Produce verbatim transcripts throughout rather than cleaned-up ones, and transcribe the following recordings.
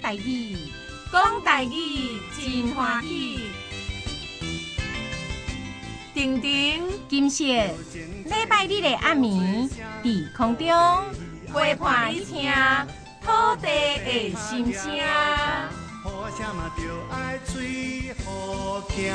台语，讲台语真欢喜。婷婷、金色，礼拜日的暗暝，伫空中陪伴你听土地的心声。 好声嘛就爱吹好听。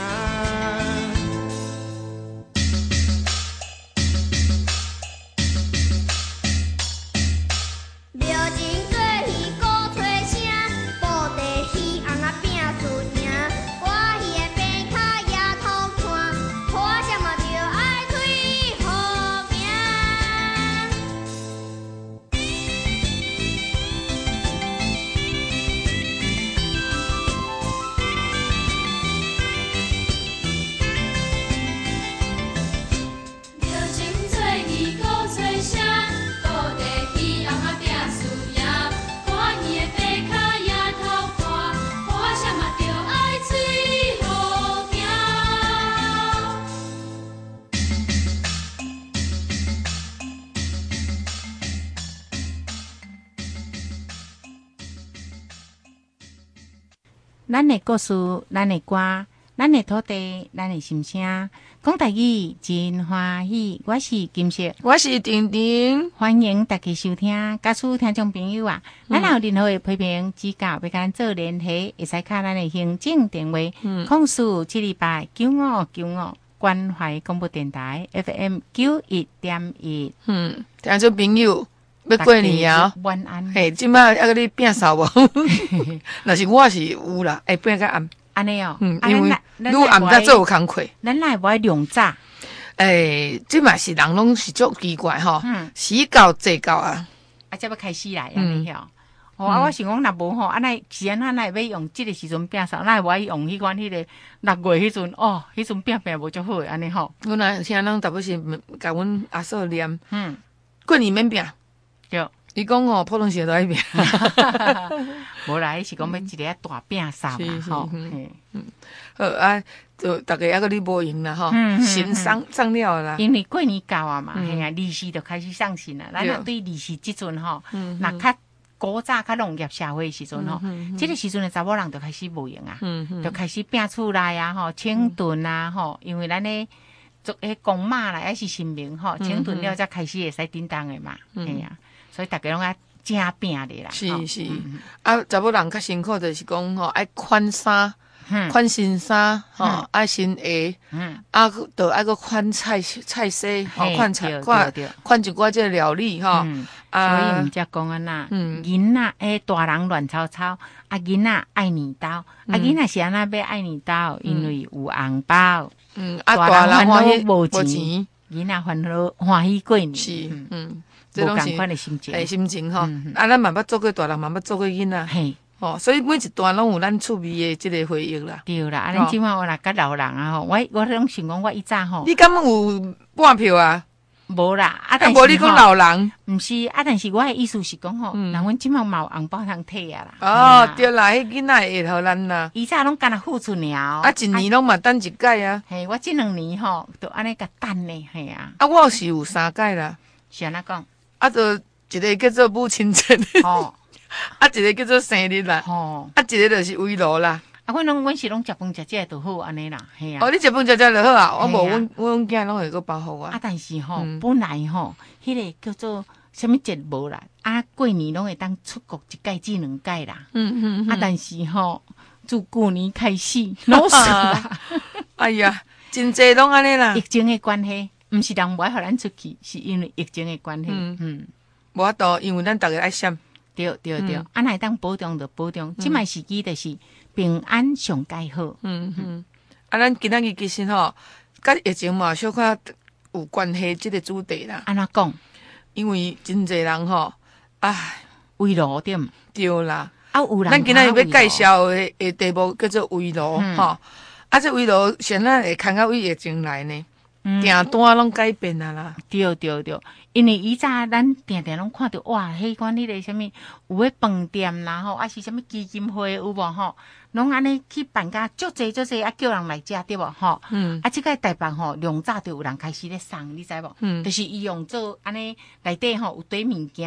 咱的故事，咱的歌，咱的土地，咱的心声，讲台语真欢喜。我是金色， 我是婷婷， 欢迎大家收听。假使听众朋友啊，咱、嗯、有任何的批评指教，要跟咱做联系，会使卡咱的行政电话，控诉七二八九五九五关怀广播电台 F M 九一点一。 嗯，听众朋友。要过年啊！ 晚安。 嘿，即摆还搁你变扫无？若是我是有啦，会变较暗。 安尼哦， 嗯，因为愈暗才做有工课。 咱来无爱量早。 诶，即嘛是人拢是足奇怪吼，时到节到啊， 啊，才要开始来安尼吼。哦，啊，我想讲若无吼，啊，那时安咱来要用即个时阵变扫，咱无爱用迄款迄个六月迄阵哦，迄阵变变无足好诶，安尼吼。 阮若听人大部分甲阮阿嫂念， 嗯， 过年免变。 对， 伊讲哦，普通时都爱变， 无啦，伊是讲要一个大变啥嘛吼。 嗯嗯，好啊，就大家还个你无用啦吼，先送送了啦。 因为过年到啊嘛，嘿啊，利息就开始上行啦。咱若对利息即阵吼，若较古早较农业社会时阵吼，即个时阵的查某人就开始无用啊，就开始变厝内啊吼，清炖啊吼，因为咱咧做迄公妈啦，还是新民吼，清炖了才开始会使叮当的嘛，嘿啊。所以大家拢爱正拼的啦， 是是，啊，查某人较辛苦就是讲吼，爱款衫，款新衫，吼，爱新鞋，啊，都爱个款菜菜色，吼，款菜，款款一寡这料理，吼， 啊，所以毋则讲啊呐，囡仔诶，大人乱吵吵，啊，囡仔爱年刀，啊，囡仔是安那要爱年刀，因为有红包， 嗯，啊，大人欢喜无钱，囡仔烦恼欢喜过年， 是，嗯。 无同款的心情， 诶，心情吼，啊，咱嘛捌做过大人，嘛捌做过囡仔， 嘿， 吼，所以每一段拢有咱趣味的即个回忆啦。 对啦，啊，咱即摆我若甲老人啊吼，我我拢想讲，我以前吼， 你敢有半票啊？ 无啦，啊， 但无你讲老人， 毋是啊，但是我的意思是讲吼，人阮即摆嘛有红包通摕啊啦。哦，对啦，迄囡仔会互咱啦。 以前拢干那付出了， 啊，一年拢嘛等一届啊。 嘿，我即两年吼，都安尼甲等呢，嘿啊。 啊，我是有三届啦。 是安怎讲？ 啊，就一个叫做母亲节， 哦， 啊，一个叫做生日啦， 哦， 啊，一个就是围炉啦。 啊，阮拢阮是拢食饭食食就好安尼啦，嘿啊。 哦，你食饭食食就好啊，我无，阮阮囝拢会个包互我。 啊，但是吼，本来吼，迄个叫做什么节无啦，啊，过年拢会当出国一届至两届啦。嗯嗯。啊，但是吼，自过年开始，老死啦。 哎呀，真济拢安尼啦。 疫情的关系。毋是人无爱互咱出去，是因为疫情的关系。嗯嗯， 无法度，因为咱逐个爱闪。 对对对，啊，若当保重就保重。即摆时机就是平安上介好。嗯嗯， 啊，咱今仔日其实吼，甲疫情嘛小可有关系，即个主题啦。 安怎讲？ 因为真侪人吼，唉， 围炉对毋？ 对啦。 啊，有人。 咱今仔日要介绍的的题目叫做围炉吼，啊，这围炉现在会看到为疫情来呢。订单拢改变啊啦， 对对对，因为以早咱定定拢看到哇，迄款迄个什么有诶饭店啦吼，啊是什么基金会有无吼，拢安尼去办甲足济足济啊，叫人来食对无吼，嗯，啊即个台北吼，量早就有人开始咧送，你知无？嗯，就是伊用做安尼内底吼有堆物件，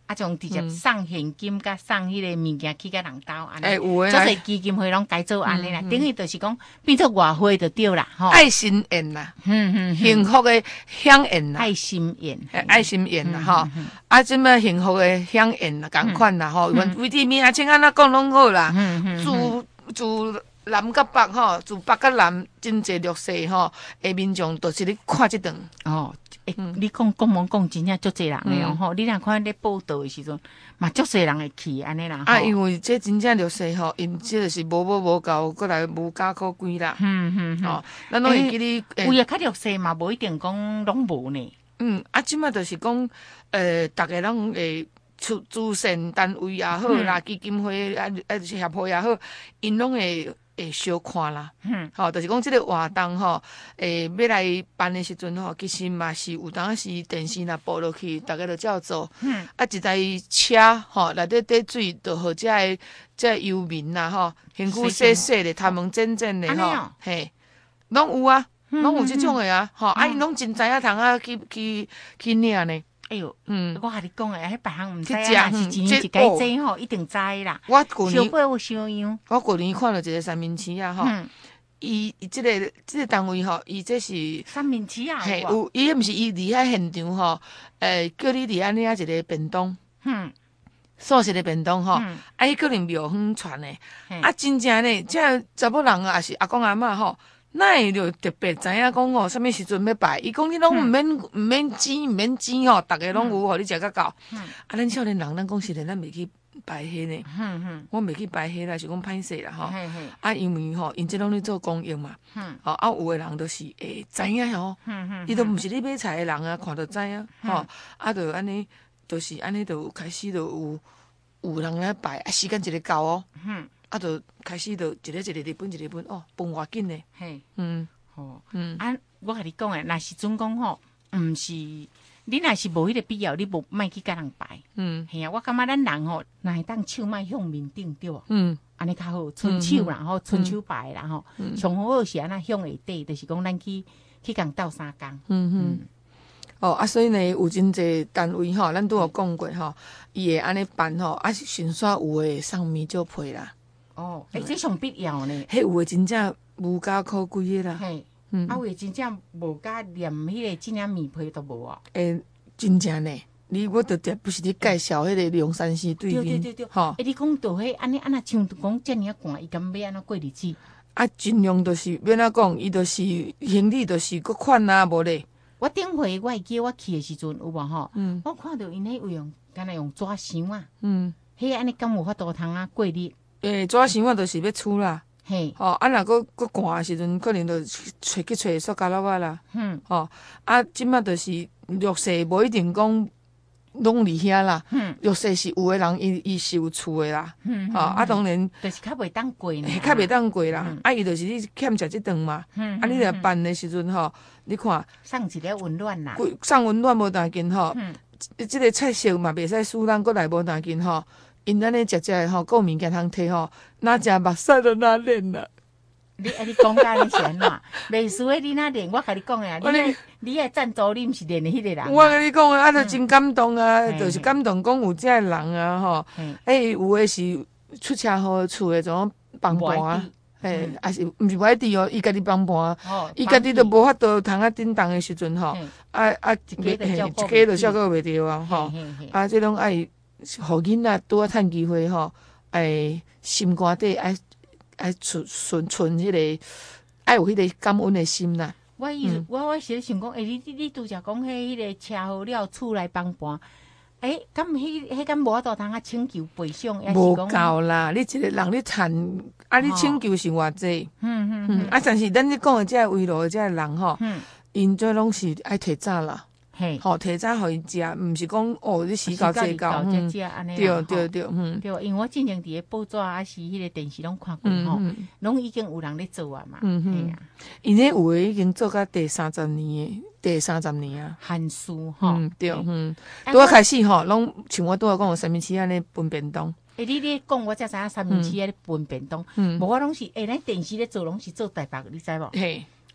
啊，种直接送现金甲送迄个物件去甲人兜安尼， 哎有诶， 做侪基金会拢改做安尼啦，等于就是讲变做外汇就对啦，吼， 爱心宴啦， 嗯嗯， 幸福诶享宴啦， 爱心宴， 爱心宴啦，吼，啊，即摆幸福诶享宴啦，共款啦，吼，为地面啊，请安怎讲拢好啦，自自南甲北吼，自北甲南，真侪绿色吼，诶民众都是咧看即段哦。诶，你讲讲忙讲真正足侪人诶哦吼，你若看咧报道诶时阵，嘛足侪人会去安尼啦。 啊，因为这真正绿色吼，因这就是无无无够，过来无家可归啦。嗯嗯哦，咱拢会记你， 有诶较绿色嘛，无一定讲拢无呢。 嗯，啊，即马就是讲，呃，逐个拢会出慈善单位也好啦，基金会啊啊协会也好，因拢会。会小看啦，嗯，吼，就是讲即个活动吼，诶，要来办的时阵吼，其实嘛是有当时电视若播落去，大家就照做，嗯，啊，一台车吼，内底滴水，就互遮个遮游民啦吼，身躯洗洗的，头毛剪剪的吼，嘿，拢有啊，拢有即种的啊，吼，啊，因拢真知影通啊去去去领呢。 哎呦，嗯，我甲你讲诶，迄别项毋知啊，是一年一改做吼，一定知啦。 我旧年小八有小样， 我旧年看到一个三明治啊，吼，伊伊即个即个单位吼，伊这是三明治啊， 嘿，有伊毋是伊伫遐现场吼，诶，叫你伫安尼啊一个便当，嗯，素食的便当吼，啊，伊可能庙方传诶，啊，真正呢，即查某人啊，也是阿公阿嬷吼。那会就特别知影讲哦，什么时阵要拜？伊讲你拢毋免毋免钱毋免钱吼，逐个拢有，互你食较够。啊，咱少年人，咱讲实在，咱袂去拜迄呢。我袂去拜迄啦，是讲歹势啦吼。啊，因为吼，因即拢咧做公益嘛。吼，啊，有诶人都是会知影吼。伊都毋是咧买菜诶人啊，看着知影。吼，啊，就安尼，就是安尼，就开始就有有人来拜，啊，时间一个到哦。啊，就开始就一个一个日本一个日本哦，分偌紧嘞。嘿，嗯， 吼，嗯，啊，我甲你讲诶，若是总讲吼，毋是你若是无迄个必要，你无莫去甲人拜。嗯，嘿啊，我感觉咱人吼，若会当手莫向面顶对无？嗯，安尼较好，伸手啦吼，伸手拜啦吼，上好是安那向下底，就是讲咱去去共斗相共。嗯嗯。 哦，啊，所以呢，有真济单位吼，咱拄有讲过吼，伊会安尼办吼，啊，顺续有诶送米酒配啦。 哦，诶，这上必要呢。 迄有诶真正无家可归诶啦。 嘿，嗯，啊，有诶真正无甲连迄个真正米配都无啊。 诶，真正呢，你我着不是咧介绍迄个龙山寺对面。 对对对对。吼，诶，你讲到迄安尼安那像讲遮尔啊寒，伊敢要安怎过日子？ 啊，尽量就是免啊讲，伊就是行李就是搁款啊，无咧。 我顶回我会记我去诶时阵有无吼？嗯。我看到因迄有用，敢若用纸箱啊。嗯。迄安尼敢有法度通啊过日？ 诶，纸箱我就是要出啦，嘿，吼，啊，若搁搁寒诶时阵，可能就找去找塑胶粒仔啦，嗯，吼，啊，即马就是绿色，无一定讲拢伫遐啦，嗯，绿色是有诶人伊伊是有厝诶啦，嗯，吼，啊，当然， 就是较袂当过呢， 较袂当过啦，啊，伊就是你欠食即顿嘛，嗯，啊，你来办诶时阵吼，你看， 送一个温暖啦， 送温暖无当紧吼，嗯，即个菜色嘛袂使输咱过来无当紧吼。因安尼食食诶吼，有物件通摕吼，哪食目屎都哪练啦。 你啊，你讲甲安尼是安怎？袂输诶，你哪练？我甲你讲诶啊，你你诶赞助你毋是练诶迄个人。 我甲你讲诶，啊，就真感动啊，就是感动讲有遮诶人啊吼。诶，有诶是出车祸厝诶，种帮盘，诶，也是毋是歹滴哦，伊家己帮盘，伊家己都无法度通啊叮当诶时阵吼，啊啊，一家就照顾袂着啊吼，啊，即种爱。互囡仔拄啊趁机会吼，哎，心肝底爱爱存存存迄个，爱有迄个感恩的心啦。 我意思，我我是想讲，诶，你你你拄则讲迄迄个车祸了，厝来帮搬，诶，敢迄迄敢无法度通啊请求赔偿？ 无够啦！你一个人你趁啊，你请求是偌济？嗯嗯嗯。啊，但是咱咧讲的这围路的这人吼，因做拢是爱提早啦。嘿，吼，提早互伊食，毋是讲哦，你时到这到，嗯，对对对，嗯， 对，因为我之前伫个报纸还是迄个电视拢看过吼，拢已经有人咧做啊嘛，嗯嗯， 因咧有诶已经做到第三十年诶，第三十年啊， 汉书吼， 嗯对，嗯，拄啊开始吼，拢像我拄啊讲三明治安尼分便当， 诶，你咧讲我才知影三明治安尼分便当，嗯，无我拢是诶，咱电视咧做拢是做台北，你知无？嘿。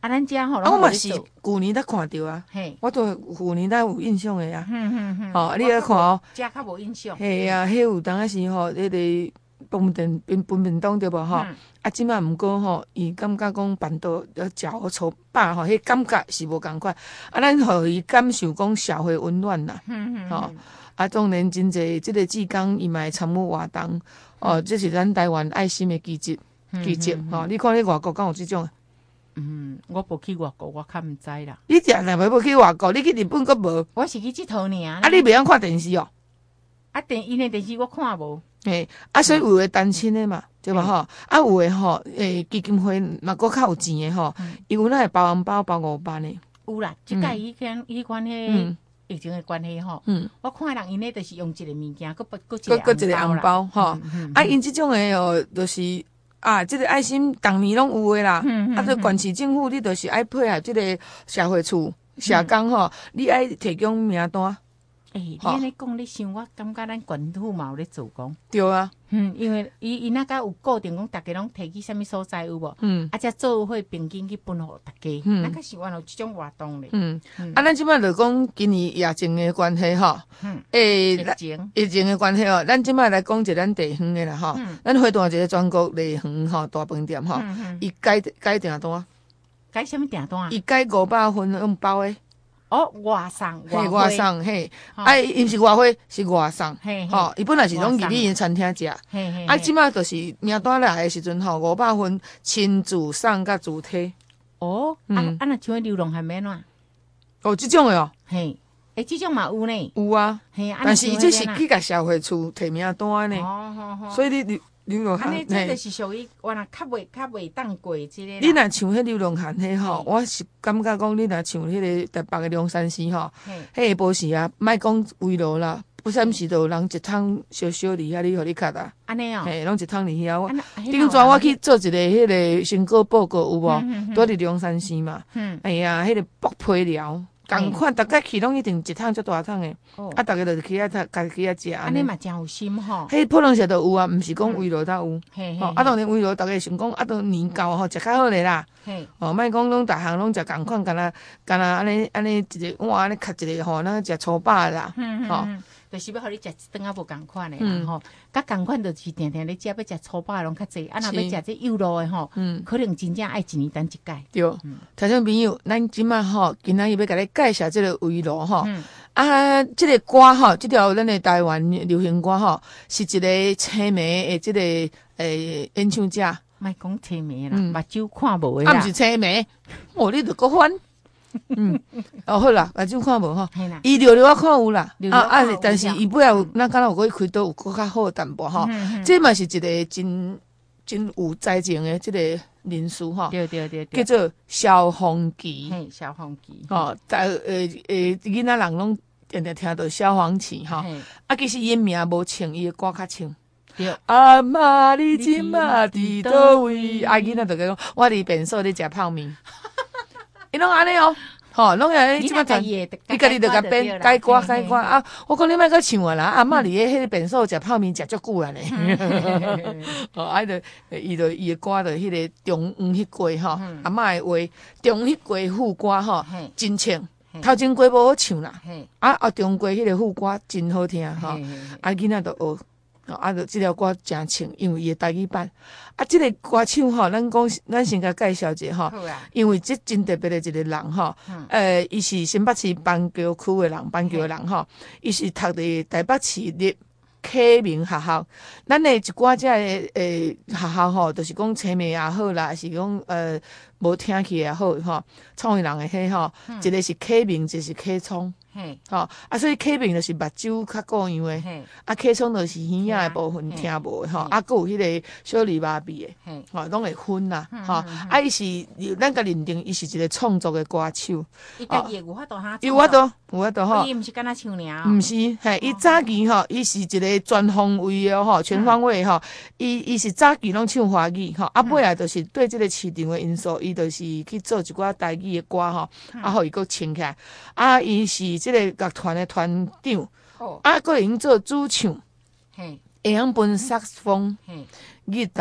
啊，咱遮吼， 啊，我嘛是旧年才看到啊，我都旧年才有印象的啊。 嗯嗯嗯。 哦，你来看哦， 遮较无印象。 嘿啊，迄有当时吼，迄个饭店便便便当对无吼？啊，即摆毋过吼，伊感觉讲办到要食好粗饱吼，迄感觉是无共款。啊，咱互伊感受讲社会温暖啦。嗯嗯。吼，啊，当然真侪即个志工伊嘛会参与活动。哦，这是咱台湾爱心的基金，基金吼。你看你外国敢有即种？ 嗯，我无去外国，我较毋知啦。 你定定要去外国，你去日本阁无？ 我是去佚佗尔。 啊，你袂晓看电视哦？ 啊，电因的电视我看无。 嘿，啊，所以有诶单亲诶嘛，对吧？吼，啊，有诶吼，诶，基金会嘛，佫较有钱诶吼，伊有那会包红包包五万诶。 有啦，即个伊跟伊关迄疫情诶关系吼，我看人因咧就是用一个物件，佫佫佫一个红包吼。啊，因即种诶哦，就是啊，即个爱心逐年拢有诶啦。啊，对，县市政府你就是爱配合即个社会处社工吼，你爱提供名单。 诶，你安尼讲，你想我感觉咱县府嘛有咧做工。 对啊， 嗯，因为伊伊那甲有固定讲，逐家拢提去啥物所在有无？嗯，啊，则做伙平均去分互逐家。嗯，咱较喜欢有即种活动咧。嗯， 啊，咱即摆就讲今年疫情诶关系吼。嗯。诶， 疫情。 疫情诶关系哦，咱即摆来讲一咱地方诶啦吼。嗯。咱花大一个全国地方吼大饭店吼，伊改改订单。 改啥物订单？ 伊改五百份用包诶。 哦，外送， 嘿，外送，嘿，啊，伊毋是外汇，是外送，吼，伊本来是拢入去因餐厅食，啊，即摆就是名单来诶时阵吼，五百份亲自送甲自提。 哦，啊啊，那像流浪汉免怎？ 哦，即种诶哦， 嘿，诶，即种嘛有呢， 有啊，但是伊这是去甲社会处摕名单呢，所以你你。流浪汉， 安尼这就是属于我若较袂较袂当过即个。 你若像迄流浪汉迄吼，我是感觉讲你若像迄个台北的龙山寺吼，迄个无是啊，莫讲围路啦，不三时都有人一趟小小伫遐，你互你卡啊。 安尼哦， 嘿，拢一趟伫遐。我顶阵我去做一个迄个成果报告有无？拄伫龙山寺嘛。哎呀，迄个剥皮寮。共款，逐个去拢一定一趟足大趟诶，啊，逐个就是去遐家家己遐食。 安尼嘛真有心吼。 迄普通些都有啊，毋是讲围路才有。吼，啊，当然围路逐个想讲啊，都年糕吼食较好咧啦。哦，莫讲拢逐项拢食共款，干若干若安尼安尼一个碗安尼卡一个吼，咱食粗饱啦。吼， 就是要互你食一顿啊，无共款诶啦吼。甲共款就是定定咧食，要食粗饱拢较济。啊，若要食这幼肉诶吼，可能真正爱一年等一届。 对，听众朋友，咱即摆吼，今仔日要甲你介绍即个围炉吼。啊，即个歌吼，即条咱诶台湾流行歌吼，是一个青梅诶，即个诶演唱者。 莫讲青梅啦，目睭看无诶啦。 啊，毋是青梅，哦，你著搁翻。嗯，哦好啦，目睭看无吼，伊溜溜我看有啦，啊啊，但是伊尾有，咱敢若有可以开刀有搁较好淡薄吼，这嘛是一个真真有才情的即个人士吼， 对对对， 叫做萧煌奇， 嘿，萧煌奇， 吼，但呃呃，囡仔人拢定定听到萧煌奇吼，啊，其实伊名无唱，伊的歌较唱。阿妈，你今嘛伫倒位？啊，囡仔就讲，我伫便所咧食泡面。伊拢安尼哦，吼，拢安尼即摆传，你家己着甲编改歌改歌啊！我讲你莫阁唱啊啦，阿嬷伫咧迄个便所食泡面食足久啊咧。哦，啊，着伊着伊的歌着迄个中央迄句吼，阿嬷的话，中迄句副歌吼，真唱。头前歌无好唱啦，啊啊中歌迄个副歌真好听吼，啊囡仔着学。啊，就即条歌真唱，因为伊诶台语版。啊，即个歌手吼，咱讲，咱先甲介绍者吼，因为即真特别诶一个人吼，呃，伊是新北市板桥区诶人，板桥诶人吼，伊是读伫台北市立启明学校。咱诶一寡遮诶诶学校吼，就是讲青梅也好啦，是讲呃无听起也好吼，创意人诶迄吼，一个是启明，一个是启聪。嘿，吼啊，所以启明就是目睭较固样诶，啊，启聪就是耳仔诶部分听无诶，吼，啊，佮有迄个小儿麻痹诶，吼，拢会分啦，吼，啊，伊是咱甲认定伊是一个创作诶歌手， 伊家己有法度哈， 有法度，有法度吼， 伊毋是干那唱尔， 毋是，嘿，伊早期吼，伊是一个全方位诶吼，全方位吼，伊伊是早期拢唱华语吼，啊，尾来就是对即个市场诶因素，伊就是去做一寡台语诶歌吼，啊，互伊佫唱起来，啊，伊是。即个乐团的团长，啊，佫会用做主唱，会晓分萨克斯风、吉他，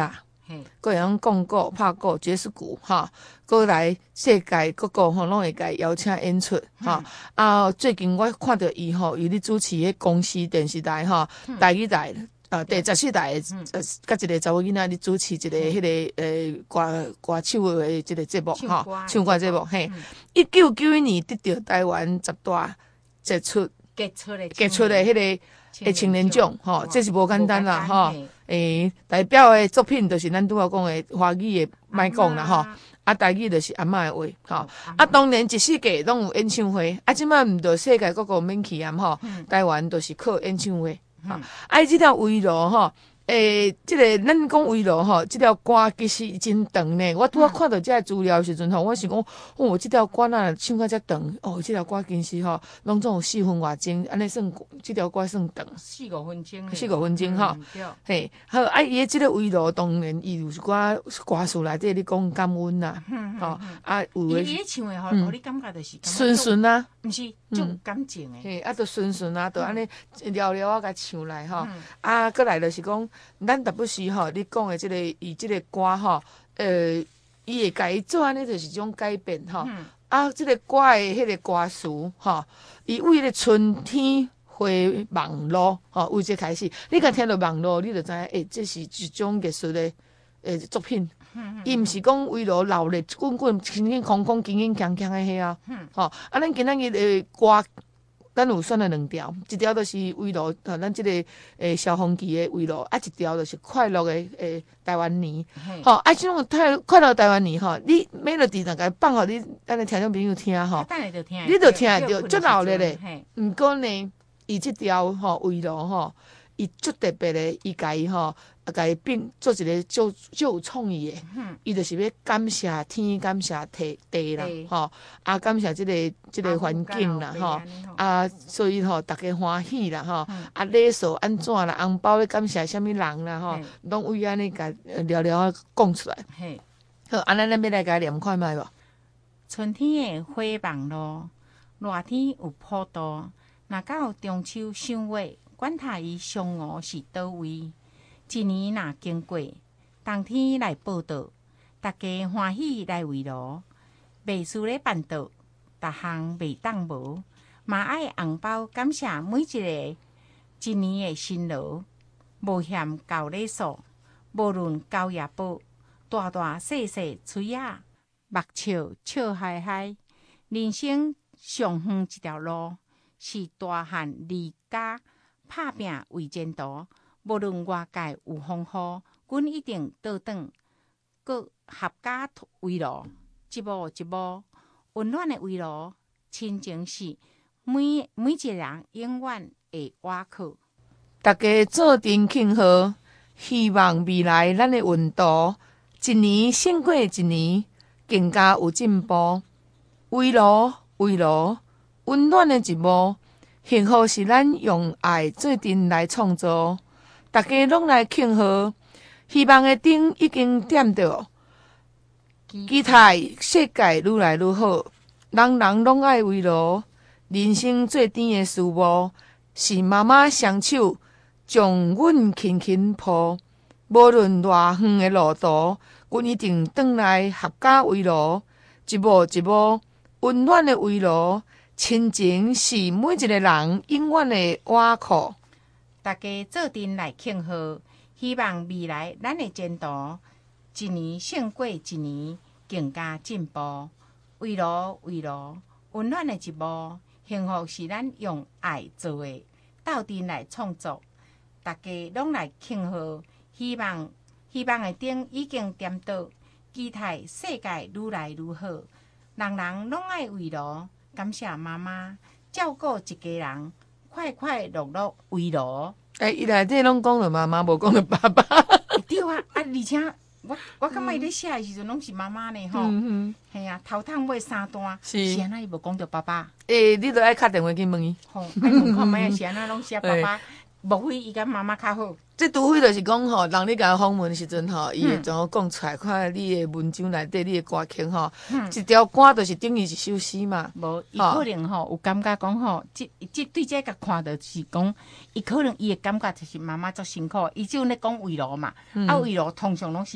各样讲鼓、拍鼓、爵士鼓，哈，过来世界各个吼拢会甲邀请演出，哈、嗯。啊，最近我看到伊吼，伊咧主持迄公视电视台吼，台语台。呃，第十四台诶，呃，甲一个查某囡仔咧主持一个迄、那个呃歌歌手诶一个节目吼，唱歌节目嘿。一九九一年得到台湾十大杰出杰出诶杰出诶迄个诶青年奖吼，这是无简单啦吼。诶，代表诶作品就是咱拄仔讲诶华语诶，莫讲啦吼。啊，台语就是阿嬷诶话吼。啊，当年一世界拢有演唱会，啊，即摆毋着世界各个免去啊吼，台湾都是靠演唱会。哈、嗯，啊，即条围炉吼，诶，即、这个咱讲围炉吼，即条歌其实真长呢。我拄仔看到即个资料的时阵吼，我是讲，哦，即条歌哪唱到遮长？哦，即条歌其实吼，拢总有四分外钟，安尼算即条歌算长。 四五分钟。 四五分钟吼，嘿，好，啊，伊即个围炉当然伊有一寡歌词内底咧讲感恩啦，吼，啊，有诶。 伊咧唱诶吼，互你感觉就是顺顺啊， 毋是种感情诶。 嘿，啊，著顺顺啊，著安尼聊聊啊，甲唱来吼，啊，过来就是讲，咱特别是吼，你讲诶即个伊即个歌吼，呃，伊会甲伊做安尼，就是一种改变吼。啊，即个歌诶迄个歌词吼，伊为咧春天。花网络吼，为这开始，你甲听到网络，你就知影，诶，这是一种艺术的诶作品。伊毋是讲为了闹热滚滚、轻轻空空、轻轻锵锵的迄啊。吼，啊，咱今仔日诶歌，咱有选了两条，一条就是为了吼，咱即个诶消防旗的为了，啊，一条就是快乐的诶台湾年。吼，啊，即种太快乐台湾年吼，你 melody 大概放互你咱的听众朋友听吼，你就听会着，足闹热的。毋过呢。伊即条吼围炉吼，伊足特别的，伊家己吼，啊家己并做一个足足有创意的，伊、嗯、就是要感谢天，感谢地地啦，吼，啊感谢即、這个即、這个环境啦，吼，啊所以吼大家欢喜啦，吼、嗯，啊礼数安怎啦，红包咧感谢啥物人啦，吼，拢为安尼甲聊聊啊讲出来。好，安尼咱要来甲念看卖无？ 春天的花网路，热天有普渡。若到中秋赏月，管他伊上午是倒位，一年若经过，冬天来报道，大家欢喜来围炉，袂输咧办桌，逐项袂当无，嘛爱红包感谢每一个一年的辛劳，无嫌高礼数，无论高也报，大大细细嘴啊，目笑笑嗨嗨，人生上远一条路。是大汉离家拍拼为前途，无论外界有风雨，阮一定倒转，搁合家围炉，一步一步温暖的围炉，亲情是每每一个人永远的依靠。 大家做阵庆贺，希望未来咱的运道一年胜过一年，更加有进步。围炉围炉。温暖的一幕，幸福是咱用爱做阵来创造，大家拢来庆贺，希望的灯已经点着，期待世界愈来愈好，人人拢爱围炉，人生最甜的事物是妈妈双手将阮轻轻抱，无论偌远的路途，阮一定转来合家围炉，一幕一幕温暖的围炉。亲情是每一个人永远的依靠。 大家做阵来庆贺，希望未来咱的前途一年胜过一年，更加进步。围炉围炉，温暖的一幕，幸福是咱用爱做的，斗阵来创作。大家拢来庆贺，希望希望的灯已经点倒，期待世界愈来愈好，人人拢爱围炉。感谢妈妈照顾一家人，快快乐乐围炉。 诶，伊内底拢讲着妈妈，无讲着爸爸。 对啊，啊，而且我我感觉伊咧写的时阵拢是妈妈呢吼。嗯嗯。系啊，头趟买三单，是安那伊无讲着爸爸。 诶，你著爱敲电话去问伊。 吼，爱问看卖是安那拢写爸爸，无非伊甲妈妈较好。 这除非就是讲吼，人你甲访问的时阵吼，伊会怎样讲出来？看你的文章内底，你的歌曲吼，一条歌就是等于一首诗嘛。 无，伊可能吼有感觉讲吼，即即对这个看到是讲，伊可能伊的感觉就是妈妈足辛苦，伊就咧讲围炉嘛，啊围炉通常拢是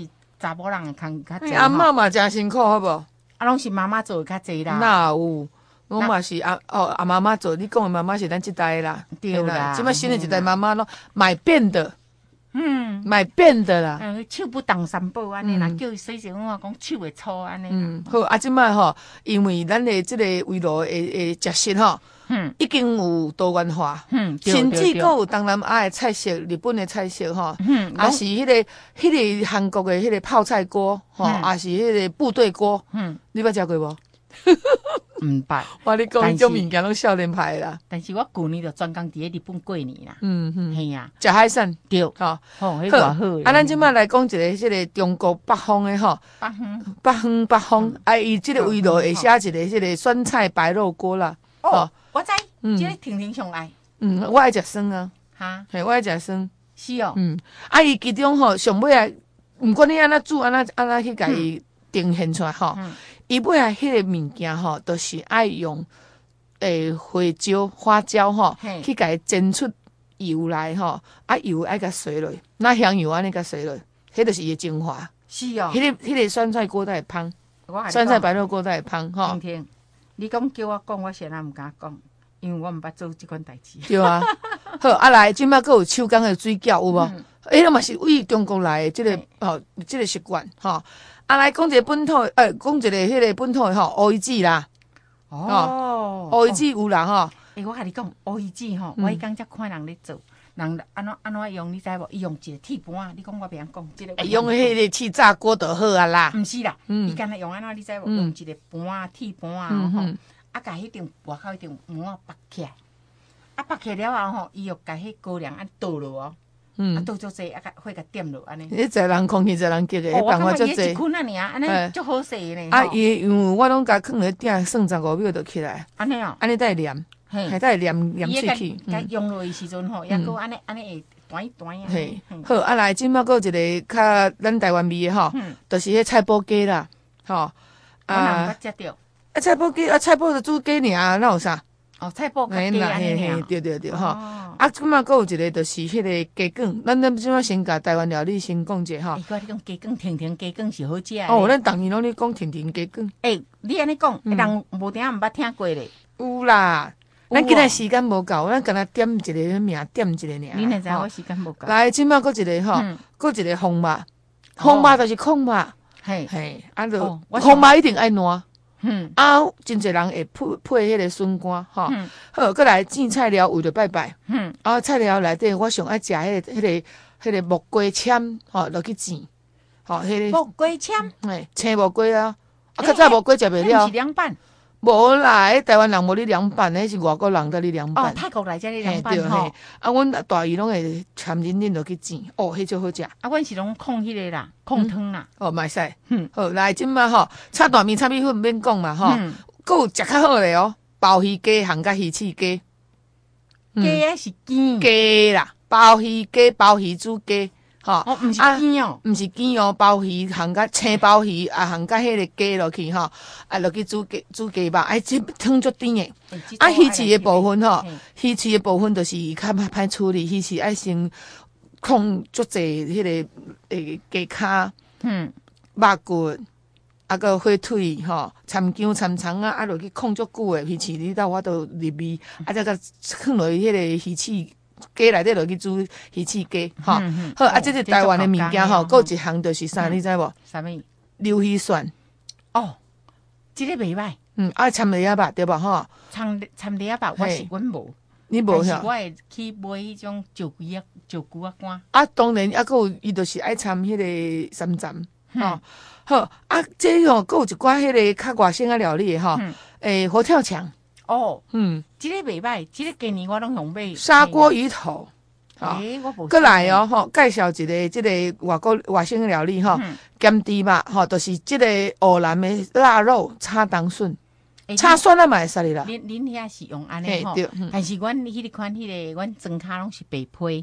查某人工较济。 阿嬷嘛真辛苦，好无？ 啊，拢是妈妈做较济啦。 那有，我嘛是阿哦阿妈妈做，你讲的妈妈是咱这代啦， 对啦。 即摆新的一代妈妈咯，买变的， 嗯， 买变的啦。 嗯，手不当三宝安尼啦，叫伊洗洗我讲手会粗安尼。 嗯，好，啊，即摆吼，因为咱的即个围炉的的食食吼。嗯，已经有多元化，嗯，甚至佫有东南亚的菜色、日本的菜色吼，嗯，也是迄、那个、迄个韩国的迄个泡菜锅，吼、嗯，也是迄个部队锅，嗯，你捌食过无？ 毋捌， 我你讲迄种物件拢少年派啦。 但是我旧年就专工伫咧日本过年啦，嗯嗯，系啊， 食海产对，吼，好，迄偌好。 啊，咱即摆来讲一个迄个中国北方的吼， 北方， 北方北方，啊，伊即个围炉会写一个迄个酸菜白肉锅啦， 哦。我知，即个婷婷上来。 嗯，我爱食酸啊。 哈， 嘿，我爱食酸。 是哦。 嗯，啊，伊其中吼上尾啊，毋管你安怎煮，安怎安怎去甲伊呈现出来吼，伊尾啊，迄个物件吼，都是爱用诶花椒、花椒吼，去甲伊煎出油来吼，啊油爱甲洗落，那香油安尼甲洗落，迄就是伊的精华。 是哦。 迄个迄个酸菜锅才会芳，酸菜白肉锅才会芳吼。 婷婷，你讲叫我讲，我先啊毋敢讲。因为我毋捌做即款代志。 对啊，好啊来，即摆佫有手工的水饺有无？诶、嗯，那嘛是为中国来的即、这个吼，即、哦这个习惯吼。啊来讲一个本土，诶，讲一个迄个本土的吼，乌鱼子啦。哦，乌鱼子有啦吼。 诶、欸，我甲你讲，乌鱼子吼，我迄讲才看人咧做，人安怎安怎用，你知无？伊用一个铁盘，你讲我袂晓讲，即、这个。 用迄个气炸锅就好啊啦。 毋是啦，伊干那用安怎，你知无？用一个盘铁盘啊吼。啊，甲迄张外口迄张膜拔起来，啊拔起来了后吼，伊又甲迄高粱啊倒落哦，嗯，啊倒足济，啊甲火甲点落安尼。 你一人空气，一人激的，办法足济。 我感觉伊一捆啊尔，安尼足好势呢。 啊，伊因为我拢甲放咧顶，算十五秒就起来。 安尼哦， 安尼才会黏，嘿，才会黏黏喙齿。 甲用落的时阵吼，抑搁安尼安尼会弹一弹啊。 嘿，好，啊来，即摆搁一个较咱台湾味的吼，就是迄菜脯鸡啦，吼。 我哪毋捌食着。 啊，菜脯鸡啊，菜脯就煮鸡尔，哪有啥？ 哦，菜脯甲鸡安尼尔。 对对对，吼。啊，即摆搁有一个，就是迄个鸡卷。咱咱即摆先甲台湾料理先讲者吼。 伊讲你讲鸡卷，婷婷鸡卷是好食。 哦，咱逐年拢咧讲婷婷鸡卷。 诶，你安尼讲，人无定毋捌听过咧。 有啦，咱今日时间无够，咱敢若点一个名，点一个尔。 你哪知我时间无够？ 来，即摆搁一个吼，搁一个红肉，红肉就是控肉。 嘿， 嘿，啊，就红肉一定爱烂。嗯，啊，真侪人会配配迄个笋干，吼，嗯、好，过来煎菜料为着拜拜，嗯，啊，菜料内底我上爱食迄个、迄个、迄个木瓜签，吼，落去煎，吼，迄个木瓜签， 嘿，青木瓜啊，啊，较早木瓜食袂了， 是凉拌， 无啦，迄台湾人无咧凉拌，迄是外国人在咧凉拌， 哦，泰国来遮咧凉拌吼， 啊，阮大姨拢会掺忍忍落去煎，哦，迄就好食，啊， 阮是拢控迄个啦。控汤啦， 哦，卖使，嗯，好来，即摆吼，炒大面、炒米粉免讲嘛，吼，佫有食较好诶哦，鲍鱼鸡含甲鱼翅鸡， 鸡啊是鸡， 鸡啦，鲍鱼鸡、鲍鱼煮鸡，吼， 哦，毋是鸡哦， 毋是鸡哦，鲍鱼含甲青鲍鱼啊，含甲迄个鸡落去吼，啊落去煮鸡煮鸡肉，哎，这汤足甜诶，啊，鱼翅诶部分吼，鱼翅诶部分就是较歹处理，鱼翅爱先。控足济迄个诶鸡骹，嗯，肉骨，啊个火腿吼，参姜参葱啊，啊落去控足久诶鱼翅，你到我都入味，啊再甲放落去迄个鱼翅鸡内底落去煮鱼翅鸡，吼，好啊，这是台湾诶物件吼，还有一项就是啥，你知无？ 啥物？ 溜鱼蒜。 哦，这个袂歹。 嗯，啊掺梨仔肉对吧？吼， 掺掺梨仔肉我是阮无。 你无晓？我会去买迄种石龟啊、石龟啊干。 啊，当然，啊，佫有伊就是爱掺迄个三层，吼，好啊，这吼佫有一寡迄个较外省啊料理吼，诶，佛跳墙。 哦，嗯，即个袂歹，即个今年我拢用买。 砂锅鱼头。 诶，我无。 过来哦，吼，介绍一个即个外国外省料理吼，咸猪肉吼，就是即个湖南的腊肉炒冬笋。炒蒜啊嘛会使哩啦， 恁恁遐是用安尼吼，但是阮迄个款迄个阮装卡拢是白批，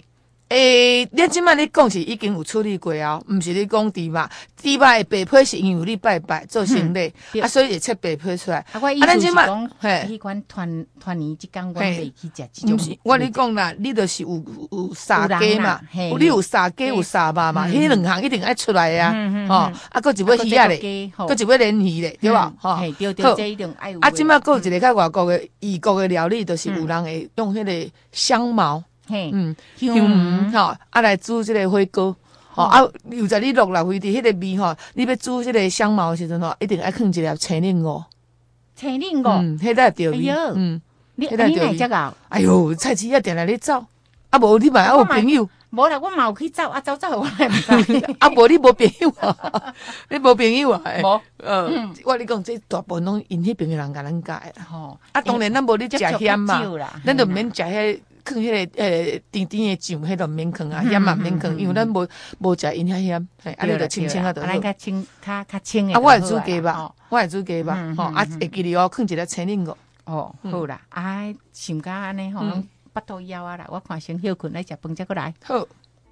诶，你即摆你讲是已经有处理过啊，毋是你讲猪肉，猪肉的白皮是因为你拜拜做生理，啊，所以会切白皮出来。 啊，我意思是讲，迄款团团年即工我袂去食即种。 毋是，我你讲啦，你著是有有沙鸡嘛，你有沙鸡有沙肉嘛，迄两项一定爱出来啊，吼，啊，搁一尾鱼仔咧，搁一尾鲢鱼咧，对吧？吼， 嘿，对对，这一定爱有。 啊，即摆搁有一个较外国的异国的料理，就是有人会用迄个香茅。嗯，香鱼吼，啊来煮即个火锅，吼啊，又在你落落去伫迄个味吼，你要煮即个香茅的时阵吼，一定爱放一粒青莲藕。 青莲藕， 嗯，迄才对味。嗯， 你你哪只啊？ 哎呦，菜市仔定来咧走，啊无你嘛还有朋友。 无啦，我嘛有去走，啊走走我来毋知。 啊无你无朋友啊？你无朋友啊？ 无， 嗯，我你讲这大部分拢因迄边的人甲咱教的啦。吼，啊当然咱无你食咸嘛，咱就免食迄。放迄个诶甜甜的酱，迄个免放啊，咸嘛免放，因为咱无无食因遐咸，嘿，啊你着清清啊着好。 咱较清，较较清诶。 啊，我会煮鸡肉，我会煮鸡肉，吼，啊会记哩哦，放一粒青莲藕。 哦，好啦，啊，想甲安尼吼，腹肚枵啊啦，我看先休困来食饭，再过来。 好。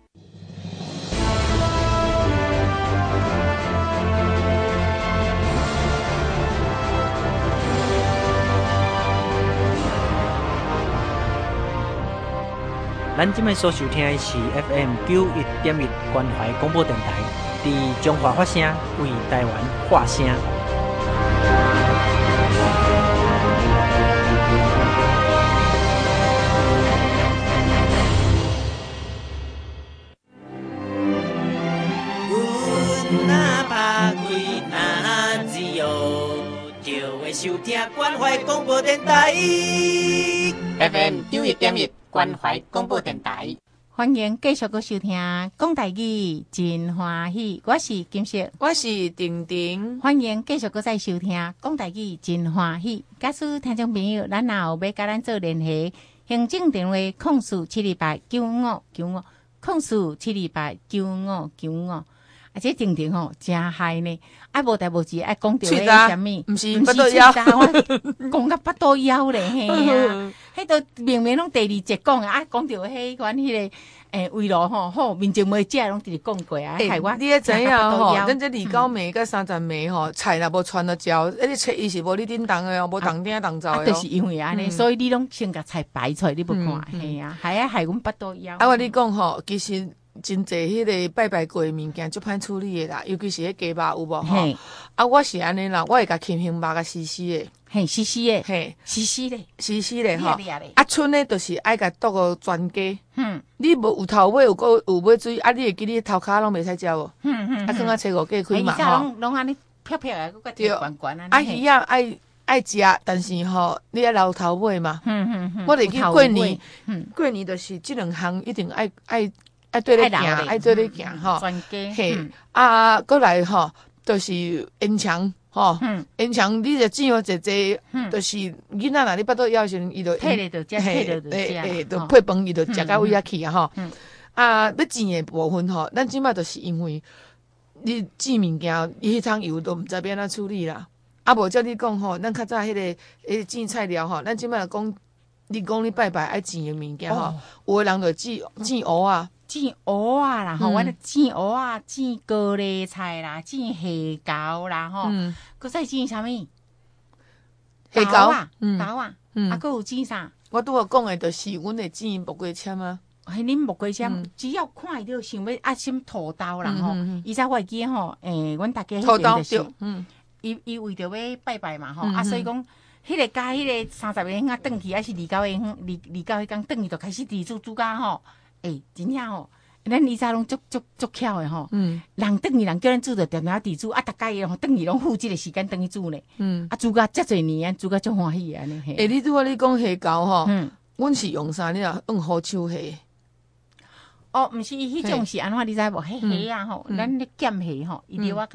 咱今麦所收听的是 F M 九一点一关怀广播电台，伫中华发声为台湾发声。阮哪怕开哪自由，就会收听关怀广播电台 F M 九一点一。关怀广播电台， 欢迎继续个收听讲台语，真欢喜。我是金色， 我是婷婷。 欢迎继续个再收听讲台语，真欢喜。假使听众朋友，咱若有要甲咱做联系，行政电话控诉七二八九五九五，控诉七二八九五九五。啊，这婷婷吼真嗨呢！啊，无代无志爱讲着迄什么， 毋是腹肚枵， 我讲甲腹肚枵咧嘿啊！迄都明明拢第二节讲啊，讲着迄款迄个诶围炉吼，好面前每只拢直直讲过啊，害我。 你也知影吼，咱这二九暝甲三十暝吼，菜若无传到焦，迄个菜伊是无你叮当诶哦，无当丁当走诶哦。 就是因为安尼，所以你拢先甲菜摆出来，你不看嘿啊，害啊害阮腹肚枵。 啊，我你讲吼，其实。真侪迄个拜拜过诶物件，足歹处理诶啦，尤其是迄鸡肉有无吼？啊，我是安尼啦，我会甲轻轻肉甲丝丝诶， 嘿，丝丝诶， 嘿， 丝丝咧， 丝丝咧吼。啊，剩诶就是爱甲剁个全鸡。嗯，你无有头尾有个有尾水，啊，你会记你头壳拢袂使食无？嗯嗯，啊，放啊切五鸡开嘛吼。 拢拢安尼飘飘诶，佮个圆圆安尼。 啊，鱼啊爱爱食，但是吼，你爱留头尾嘛。嗯嗯嗯。我哋去过年，过年就是即两项一定爱爱。爱对咧行，爱对咧行吼，嘿，啊，过来吼，就是烟肠吼，烟肠你着煎好一济，就是囡仔若你腹肚枵时阵，伊就配咧着食，配咧着食， 诶，就配饭伊就食到胃啊去啊吼。啊，要煎诶部分吼，咱即摆就是因为你煎物件，伊迄汤油都毋知要安怎处理啦。啊，无照你讲吼，咱较早迄个迄煎菜料吼，咱即摆讲，你讲你拜拜爱煎诶物件吼，有诶人就煎煎蚵啊。 煎蚵啊啦，吼，我咧煎蚵啊，煎高丽菜啦，煎虾饺啦，吼，佮再煎啥物？ 虾饺啊，饺啊，啊，佮有煎啥？ 我拄好讲诶，就是阮会煎木瓜签啊。 迄恁木瓜签，只要看到想要啊，什土豆啦，吼，伊才我会记吼，诶，阮大家土豆就是， 嗯，伊伊为着要拜拜嘛，吼，啊，所以讲。迄个加迄个三十个迄啊，转去还是二九个迄，二二九迄工转去就开始煮煮甲吼，诶，真正吼，咱以前拢足足足巧诶吼，嗯，人转去人叫咱煮着定定伫煮，啊，逐家吼转去拢付即个时间转去煮咧，嗯，啊，煮甲遮侪年啊，煮甲足欢喜安尼。 诶，你拄仔你讲虾饺吼，嗯，阮是用啥？你啊，用好手虾。 哦，毋是，伊迄种是安怎你知无？迄虾啊吼，咱咧减虾吼，伊着我甲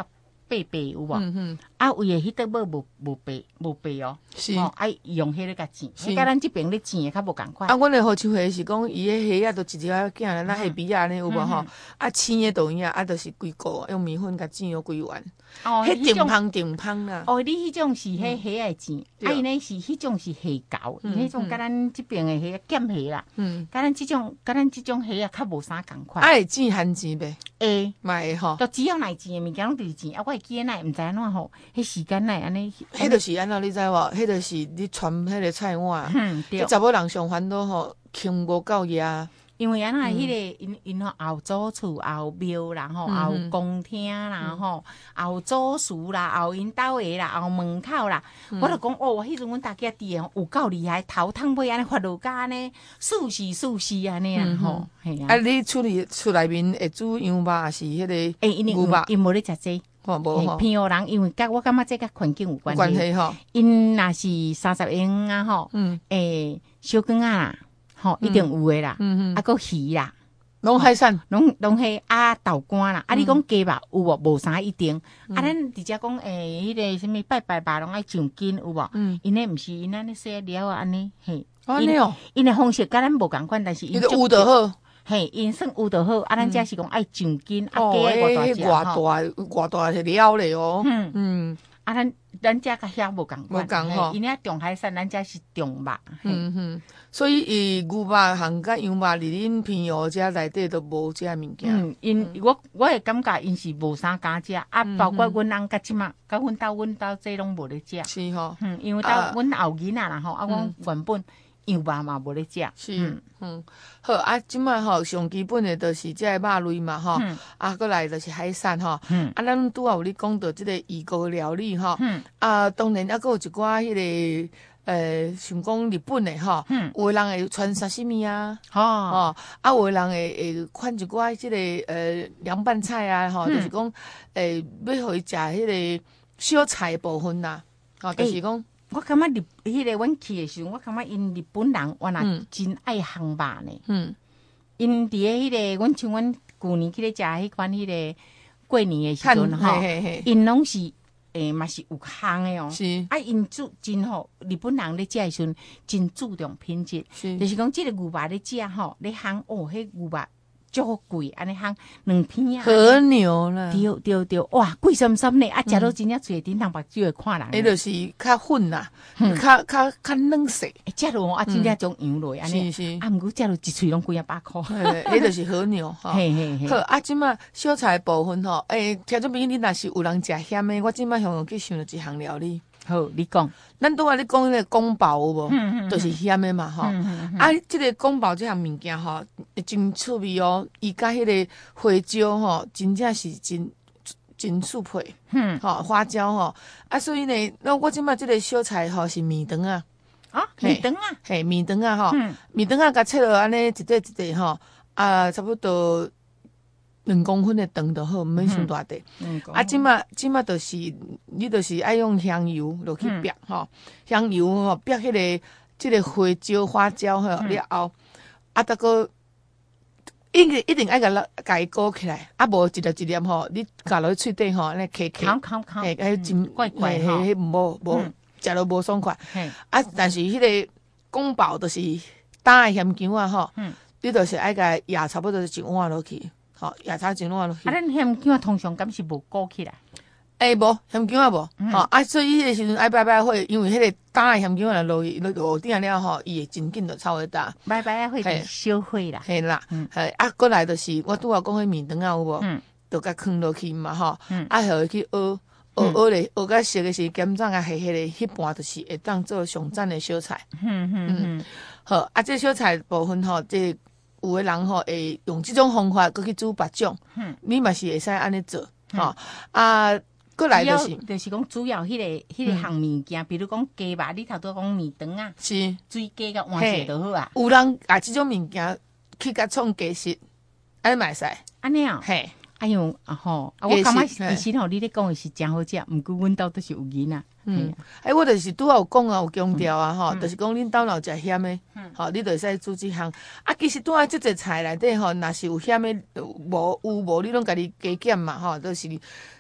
白白有无？ 嗯嗯， 啊，为诶迄块母无无白无白哦， 是哦，爱用迄个甲剪， 是迄甲咱即边咧剪诶较无共款。 啊，阮诶好手虾是讲伊诶虾啊，都一条囝咧，那虾皮啊安尼有无吼？啊，青诶都影啊，啊，就是规个用米粉甲剪好规圆。 哦， 迄定芳定芳啦。 哦，你迄种是迄虾诶剪，啊，伊呢是迄种是虾膏，伊迄种甲咱即边诶虾咸虾啦， 嗯， 甲咱即种甲咱即种虾啊较无啥共款。 啊，会剪番薯呗？ 会， 嘛会吼。 都只要来剪诶物件拢就是剪，啊，我会记诶，毋知安怎吼，迄时间来安尼。 迄就是安怎你知无？迄就是你传迄个菜碗， 嗯，对。 查某人上烦恼吼，轻无够野。 因为安那迄个因因吼后祖厝后庙啦吼，后公厅啦吼，后祖祠啦，后因兜诶啦，后门口啦，我就讲哦，迄阵阮大家伫诶有够厉害，头汤尾安尼发落甲安尼，素是素是安尼啊吼，系啊。 啊，你厝里厝内面会煮羊肉还是迄个诶，因牛肉？ 因无咧食这， 吼无吼。 偏湖人因为甲我感觉这甲环境有关关系吼。 因若是三十英啊吼，诶，小羹啊啦，吼一定有诶啦，啊个鱼啦。 拢海产， 拢拢迄啊豆干啦，啊你讲鸡肉有无？无啥一定，啊咱直接讲诶，迄个什物拜拜肉拢爱上筋有无？因咧毋是因安尼说了啊安尼嘿， 安尼哦， 因诶方式甲咱无共款，但是因有就好， 嘿，因算有就好，啊咱只是讲爱上筋，啊鸡诶爱偌大偌大是了咧哦，嗯嗯， 啊咱咱只甲遐无共款， 无共吼， 因咧中海产，咱只是中肉， 嗯哼。所以，伊牛肉含甲羊肉，伫恁平湖遮内底都无遮物件。 嗯，因我我会感觉因是无啥敢食，啊，包括阮翁甲即马，甲阮兜阮兜这拢无咧食。 是吼， 嗯，因为兜阮后囡仔啦吼，啊，阮原本羊肉嘛无咧食。 是，嗯，好啊，即马吼上基本的就是即个肉类嘛吼，啊，过来就是海产吼，啊，咱拄啊有咧讲到即个异国料理吼，啊，当然啊，佫有一寡迄个。呃，像讲日本诶吼，有诶人会穿沙西米啊，吼，啊，有诶人会会款一寡即个呃凉拌菜啊，吼，就是讲诶要互伊食迄个小菜部分啦，吼，就是讲， 我感觉日迄个阮去诶时阵，我感觉因日本人原来真爱烘肉呢，嗯，因伫诶迄个，阮像阮旧年去咧食迄款迄个过年诶时阵吼，因拢是。诶，嘛是有烘诶哦， 是啊，因煮真好，日本人咧食诶时阵真注重品质， 是， 就是讲即个牛肉咧食吼，咧烘哦，迄牛肉足贵，安尼烘两片啊， 和牛啦， 对对对，哇，贵参参呢，啊，食到真正嘴顶头目睭会看人， 迄就是较粉啦，较较较嫩色， 食落啊，真正种羊落安尼， 是是， 啊，毋过食落一喙拢几啊百箍， 迄就是和牛吼， 嘿嘿嘿， 好啊，即马小菜部分吼，诶，听众朋友，你若是有人食咸诶，我即马向去想着一项料理。 好，你讲， 咱拄仔咧讲迄个宫保有无？嗯嗯，就是咸诶嘛吼。啊，即个宫保即项物件吼，真趣味哦。伊甲迄个花椒吼，真正是真真适配。嗯，吼花椒吼，啊，所以呢，那我即马即个小菜吼是面肠啊。 啊，面肠啊， 嘿，面肠啊吼，面肠啊，甲切落安尼一块一块吼，啊，差不多。两公分的长就好，毋免伤大块。啊，即马即马就是你就是爱用香油落去煸吼，香油吼煸迄个即个花椒花椒吼了后，啊，得个一定一定爱甲它甲伊裹起来，啊，无一粒一粒吼，你夹落去喙底吼，安尼开开， 嘿， 迄真怪怪吼， 迄无无食落无爽快。啊，但是迄个宫保就是打诶咸姜啊吼，你就是爱甲压差不多一碗落去。吼，野菜真落落去。 啊，咱咸姜通常敢是无裹起来？ 诶，无咸姜啊无，吼啊，所以迄个时阵爱摆摆火，因为迄个打诶咸姜啊落去落落顶了吼，伊会真紧就炒会打。 摆摆火就烧火啦。 嘿啦，嘿啊，过来就是我拄仔讲迄面肠啊有无？就甲放落去嘛吼，啊，互伊去熬熬熬咧，熬甲熟诶时咸粽啊黑黑咧，迄盘就是会当做上赞诶小菜。嗯嗯嗯，好啊，这小菜部分吼，这。有诶人吼会用即种方法，佮去煮别种，嗯、你嘛是会使安尼做，吼、嗯、啊，过来就是， 就是讲主要迄、那个迄、那个项物件，比如讲鸡肉，你头拄讲面肠啊， 是水鸡甲换者就好啊。 有人啊，即种物件去甲创鸡翅，安尼嘛会使， 安尼啊，嘿，哎呦啊吼，啊我感觉其实吼，你咧讲诶是真好食，毋过阮兜都是有囡仔。 嗯，哎，我就是拄仔有讲啊，有强调啊，吼，就是讲恁兜若有食咸诶，吼，你就会使煮即项。啊，其实拄仔即个菜内底吼，若是有咸诶，无有无你拢家己加减嘛，吼，都是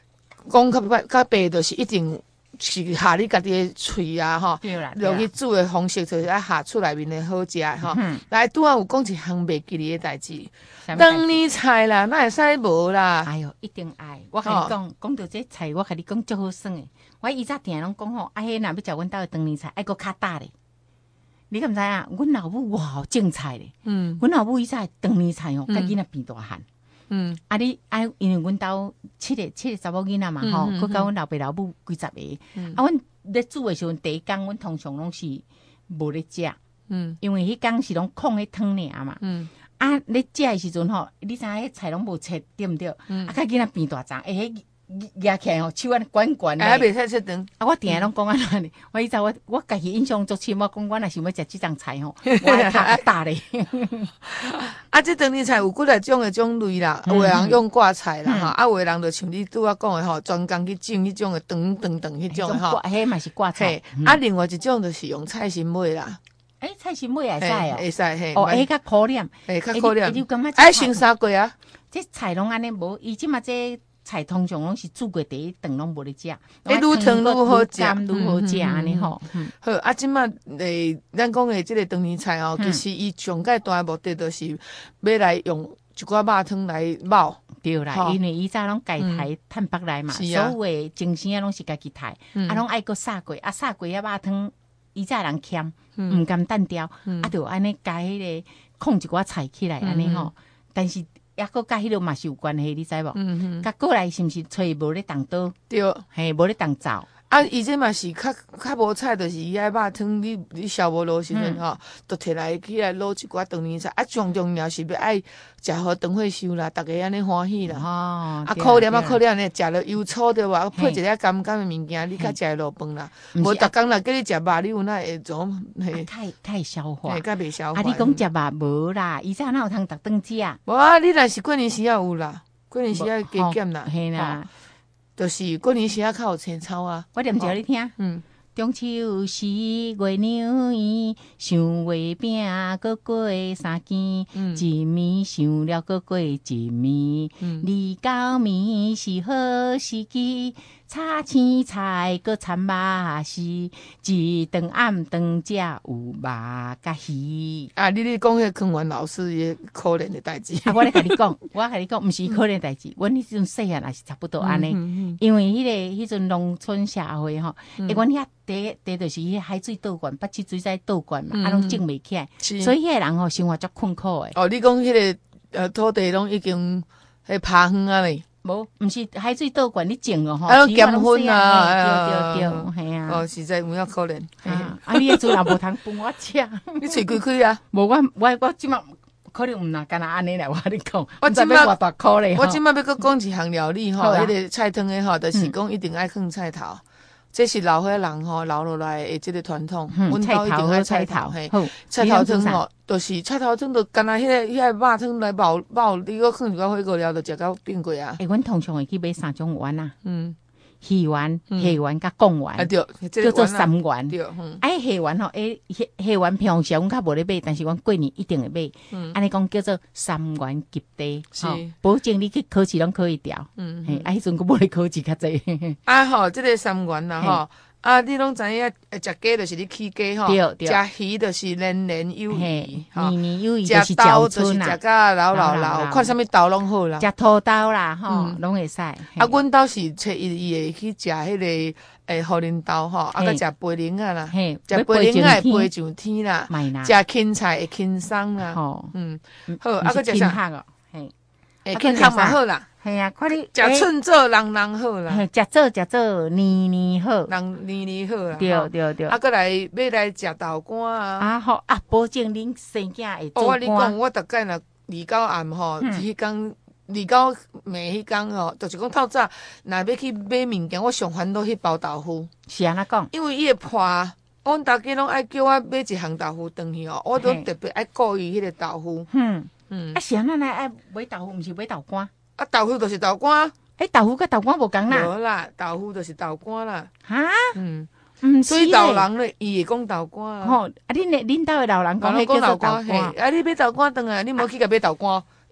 讲较白较白，就是一定是下你家己的喙啊吼，落去煮的方式就是爱下出来面的好食吼。来拄仔有讲一项袂记哩的代志，当年菜啦，哪会使无啦？ 哎哟，一定爱！我甲你讲，讲到这菜，我甲你讲足好耍的。我以前定拢讲吼，啊，迄若要食阮兜的当年菜，爱搁较大咧。你敢知影？阮老母哇种菜咧，嗯，阮老母以前当年菜吼，甲囡仔变大汉。嗯，啊你啊，因为阮兜七个七个查某囡仔嘛吼，佮甲阮老爸老母几十个，啊，阮咧煮的时阵，第一工阮通常拢是无咧食，嗯，因为迄工是拢控迄汤尔嘛，嗯，啊，咧食的时阵吼，你知影迄菜拢无切，对毋对？啊，甲囡仔变大张，诶，迄举起来吼，手安管管诶，袂使切长。 啊，我定下拢讲安尼，我以前我我家己印象足深，我讲我若想要食即种菜吼，我爱较大咧。 啊，即当年菜有几来种的种类啦，有的人用挂菜啦吼，啊，有的人就像你拄仔讲的吼，专工去种迄种的长长长迄种吼， 迄嘛是挂菜。 啊，另外一种就是用菜心尾啦。 诶，菜心尾会使哦， 会使嘿。 哦，迄较可怜， 诶，较可怜。 你感觉爱先三过啊？ 这菜拢安尼无，伊即嘛这。菜通常拢是煮过第一顿拢无咧食， 诶，愈汤愈好食， 愈好食安尼吼。 好，啊，即马诶，咱讲诶，即个当年菜哦，其实伊上介大诶目的就是要来用一寡肉汤来煲。 对啦，因为伊早拢家刣趁北来嘛，所有诶精鲜啊拢是家己刣，啊拢爱搁撒过，啊撒过啊肉汤，伊早人欠，毋甘单调，啊着安尼加迄个控一寡菜起来安尼吼，但是。抑搁甲迄落嘛是有关系，你知无？嗯哼，甲过来是毋是揣无咧动刀？ 对， 嘿，无咧动灶。 啊，伊这嘛是较较无菜，就是伊爱肉汤，你你烧无落时阵吼，都摕来起来卤一寡当年菜。啊，上重要是要爱食好长岁寿啦，逐个安尼欢喜啦。哦，啊，可怜啊，可怜呢，食了油醋对吧？配一个甘甘的物件，你较食会落饭啦。无逐工来叫你食肉，你有哪会种？ 太太消化， 较袂消化。 啊，你讲食肉无啦？以前哪有通逐顿食？ 无啊，你若是过年时也有啦，过年时也加减啦。 嘿啦。 就是过年时啊，较有青草啊。 我念一个你听。嗯。中秋时月牛圆，想月饼搁过三更，一暝想了搁过一暝，二九暝是好时机，炒青菜搁掺肉丝，一顿暗顿食有肉甲鱼。啊， 你咧讲迄康元老师伊可怜的代志。 啊，我咧甲你讲，我甲你讲，毋是可怜代志，阮迄阵细汉也是差不多安尼，因为迄个迄阵农村社会吼，诶，阮遐。第第就是迄海水倒灌，北七水在倒灌嘛，啊，拢种袂起来，所以迄个人吼生活足困苦诶。 哦，你讲迄个呃土地拢已经迄爬远啊咧？ 无，毋是海水倒灌，你种哦吼， 啊，减分啊，对对对，系啊。 哦，实在有影可怜。 啊，啊，你迄阵也无通分我食， 你喙开开啊？ 无，我我我即马可能毋若干那安尼来，我跟你讲，我即马我大苦咧。 我即马要搁讲一项料理吼，迄个菜汤诶吼，就是讲一定爱放菜头。这是老岁人吼留落来的这个传统，阮兜一定爱菜头嘿，菜头汤吼，就是菜头汤，就干那迄个迄个肉汤来煲煲，你搁放一寡火锅料，就食到变过啊。 诶，阮通常会去买三种丸啊，嗯，鱼丸、虾丸甲贡丸，啊对，叫做三丸。对，哎，虾丸吼，诶，虾虾丸平常阮较无咧买，但是阮过年一定会买。嗯，安尼讲叫做三丸及第，是保证你去考试拢可以调。嗯，嘿，啊，迄阵佫无咧考试较济。 啊吼，即个三丸啦吼。啊，你拢知影，食鸡就是你起鸡吼，食鱼就是年年有余， 年年有余。 食豆就是食甲老老老，看啥物豆拢好啦。 食土豆啦，吼，拢会使。啊， 阮兜是找伊伊会去食迄个诶茯苓豆吼，啊，佮食白莲啊啦，食白莲啊会飞上天啦，食芹菜会轻松啦，吼，嗯，好，啊，佮食啥？嘿，诶，芹菜嘛好啦。 系啊，看你食寸做人人好啦， 食做食做年年好， 人年年好啦。 对对对， 啊，过来要来食豆干啊。 啊好啊，保证恁生囝会做干。我你讲，我大概若二九暗吼，迄工二九暝迄工吼，就是讲透早，若要去买物件，我上烦恼迄包豆腐。 是安怎讲？ 因为伊会破，阮大家拢爱叫我买一项豆腐转去哦，我都特别爱顾伊迄个豆腐。嗯嗯，啊是安怎来爱买豆腐，毋是买豆干？啊，豆腐就是豆干， 诶，豆腐甲豆干无共啦。 无啦，豆腐就是豆干啦。 哈，嗯，毋所以老人咧，伊会讲豆干。 吼，啊，恁恁兜诶老人讲迄叫做豆干。 啊，你买豆干转来，你无去甲买豆干，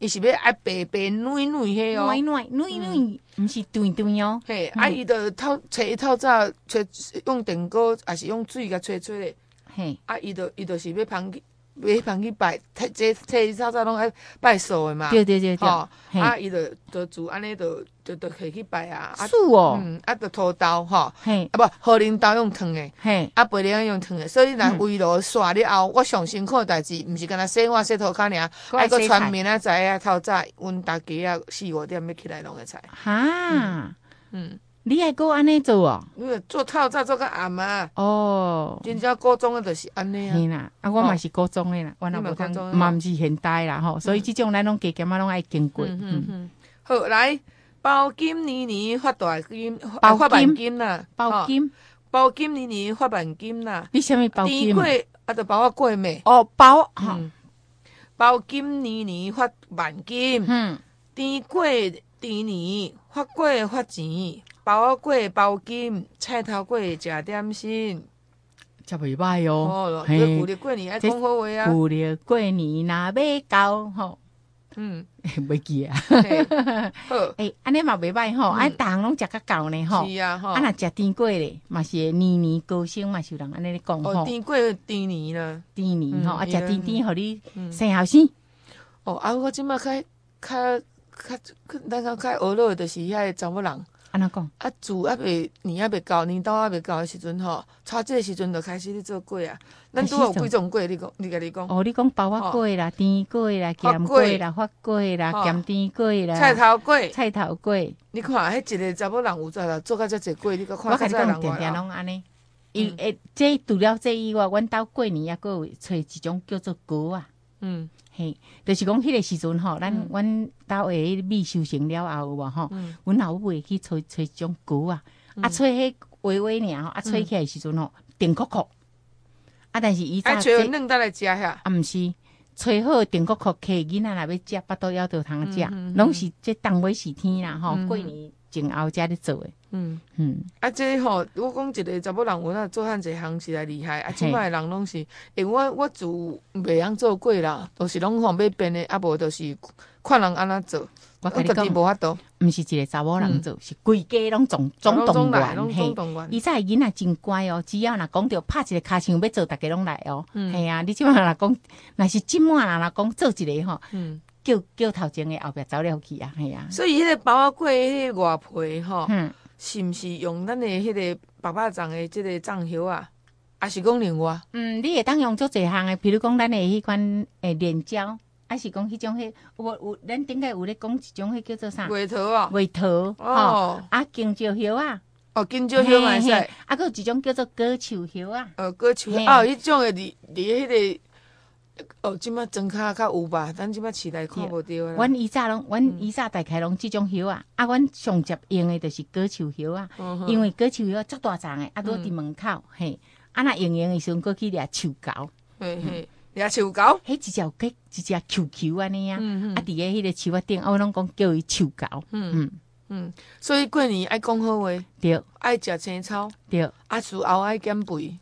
伊是要爱白白软软迄哦， 软软软软，毋是断断哦。 嘿，啊，伊就透找伊透早找用电锅，还是用水甲吹吹咧。 嘿， 啊，伊就伊就是要捧去，要捧去拜，这这这早早拢爱拜寿的嘛。 对对对对。 吼，啊，伊就就煮安尼，就就就摕去拜啊。 是哦。 嗯，啊，就土豆吼， 嘿， 啊不，荷林豆用烫的， 嘿， 啊，白莲用烫的。所以若围炉刷了后，我上辛苦的代志，毋是干那洗碗洗涂骹尔，还佫全面啊，知影透早，阮大家啊四五点要起来弄个菜。 哈， 嗯。 你还搁安尼做哦？ 因为做透早做到暗啊。 哦， 真正高中的就是安尼啊。 是啦，啊，我嘛是高中的啦，我那无通，嘛毋是现代啦吼，所以即种咱拢加减啊，拢爱经过。嗯嗯。 好，来包金年年发大金，发万金啦， 包金， 包金年年发万金啦。 你啥物包金？ 甜粿啊，就包我粿咩？ 哦，包哈， 包金年年发万金。嗯。甜粿甜年发粿发钱。包粿包金，菜头粿食点心， 真袂歹哦。 哦，旧历过年爱讲好话啊。 旧历过年若要到吼，嗯，袂记啊。好，诶，安尼嘛袂歹吼，安逐项拢食较够呢吼。 是啊，吼。 啊，若食甜粿咧，嘛是年年高升嘛，是有人安尼咧讲吼。 哦，甜粿甜年啦， 甜年吼，啊，食甜甜，互你生后生。 哦，啊，我即摆较较较，咱较较学乐的是遐个查某人。 安怎讲？ 啊，厝还袂年还袂到，年到还袂到的时阵吼，炒这个时阵就开始咧做粿啊。咱拄有几种粿，你讲，你甲你讲。 哦，你讲包仔粿啦、甜粿啦、咸粿啦、发粿啦、咸甜粿啦、 菜头粿、 菜头粿。 你看，迄一个查某人有在啦，做较遮济粿，你搁看。 我甲你讲，定定拢安尼。伊诶，这除了这以外，阮兜过年抑搁有找一种叫做糕啊。嗯。嘿，就是讲迄个时阵吼，咱阮兜诶米收成了后有无吼，阮老母会去找找一种糕啊，啊找迄微微尔吼，啊找起来时阵吼，甜酷酷，啊但是伊早即找嫩得来食遐， 啊毋是找好甜酷酷，客囡仔若要食，巴肚枵着通食，拢是这当尾时天啦吼，过年前后才咧做诶。嗯嗯， 啊，这吼，我讲一个查某人，有那做汉一项实在厉害。啊，即摆人拢是，因为我我做袂晓做粿啦，都是拢吼要变的，啊无就是看人安怎做。 我甲你讲， 无法度， 毋是一个查某人做，是规家拢总总动员。嘿，伊早囡仔真乖哦，只要若讲着拍一个骹枪要做，大家拢来哦。系啊，你即摆若讲，若是即满啦，若讲做一个吼，叫叫头前的后壁走了去啊，系啊。 所以迄个包仔粿迄个外皮吼。是毋是用咱的迄个白白粽的即个粽叶啊？还是讲另外？ 嗯，你会当用做一项的，比如讲咱的迄款诶莲椒，还是讲迄种迄有有咱顶个有咧讲一种迄叫做啥？ 月桃啊， 月桃哦，啊金蕉叶啊， 哦金蕉叶嘛是， 啊佫有一种叫做果树叶啊， 哦果树叶哦，迄种的伫伫迄个。哦，即摆庄骹较有吧，咱即摆市内看无着啦。 阮以前拢，阮以前大概拢即种叶啊，啊，阮上接用的就是果树叶啊，因为果树叶足大丛的，啊，拄伫门口，嘿，啊，若用用的时阵，过去掠树膏， 嘿嘿，掠树膏， 迄一只有个一只 Q Q 安尼啊，啊，伫个迄个树仔顶，啊，我拢讲叫伊树膏，嗯嗯，所以过年爱讲好话， 对， 爱食青草， 对， 啊，厝后爱减肥。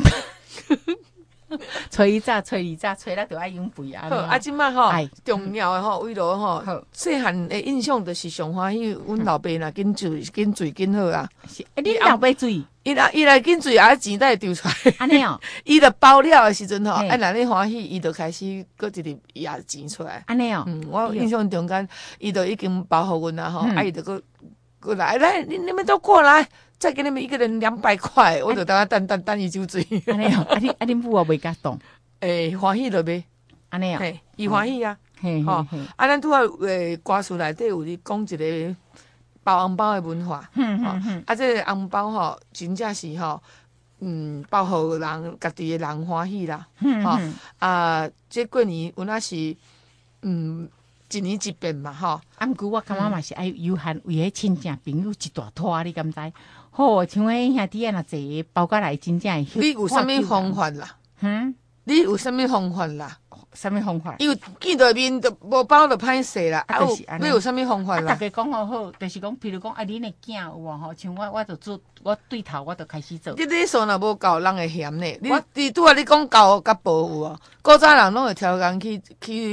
初一早、初二早、初六就爱用肥啊！ 好，啊，即摆吼重要的吼，为了吼细汉的印象就是上欢喜，阮老爸若紧醉、紧醉、紧好啊！ 哎，你老爸醉， 伊来伊来紧醉，啊钱才会丢出来。 安尼哦， 伊著包了的时阵吼，啊，若你欢喜，伊就开始搁一直也钱出来。 安尼哦， 嗯，我印象中间，伊就已经包互阮啊吼，啊，伊就搁过来，来，你你们都过来。再给你们一个人两百块，我就等下等等等伊酒醉。 安尼哦，啊你啊恁母也袂甲动， 诶欢喜落呗，安尼哦，嘿，伊欢喜啊，吼，啊咱拄啊诶歌词内底有咧讲一个包红包的文化，吼，啊这个红包吼真正是吼，嗯，包互人家己的人欢喜啦，吼，啊这过年有那是嗯。一年一变嘛，吼。 啊，毋过我感觉嘛是爱有限为迄亲戚朋友一大拖，你敢知？好，像迄兄弟啊，若坐包过来，真正会。 你有啥物方法啦？嗯，你有啥物方法啦？ 啥物方法？ 因为见到面就无包就歹势啦。啊，你有啥物方法啦？ 大家讲好好，就是讲，譬如讲，啊，恁的囝有无吼？像我，我就做，我对头我就开始做。 你礼数若无够，人会嫌呢。我伫拄啊，你讲够甲无有无？古早人拢会挑工去去。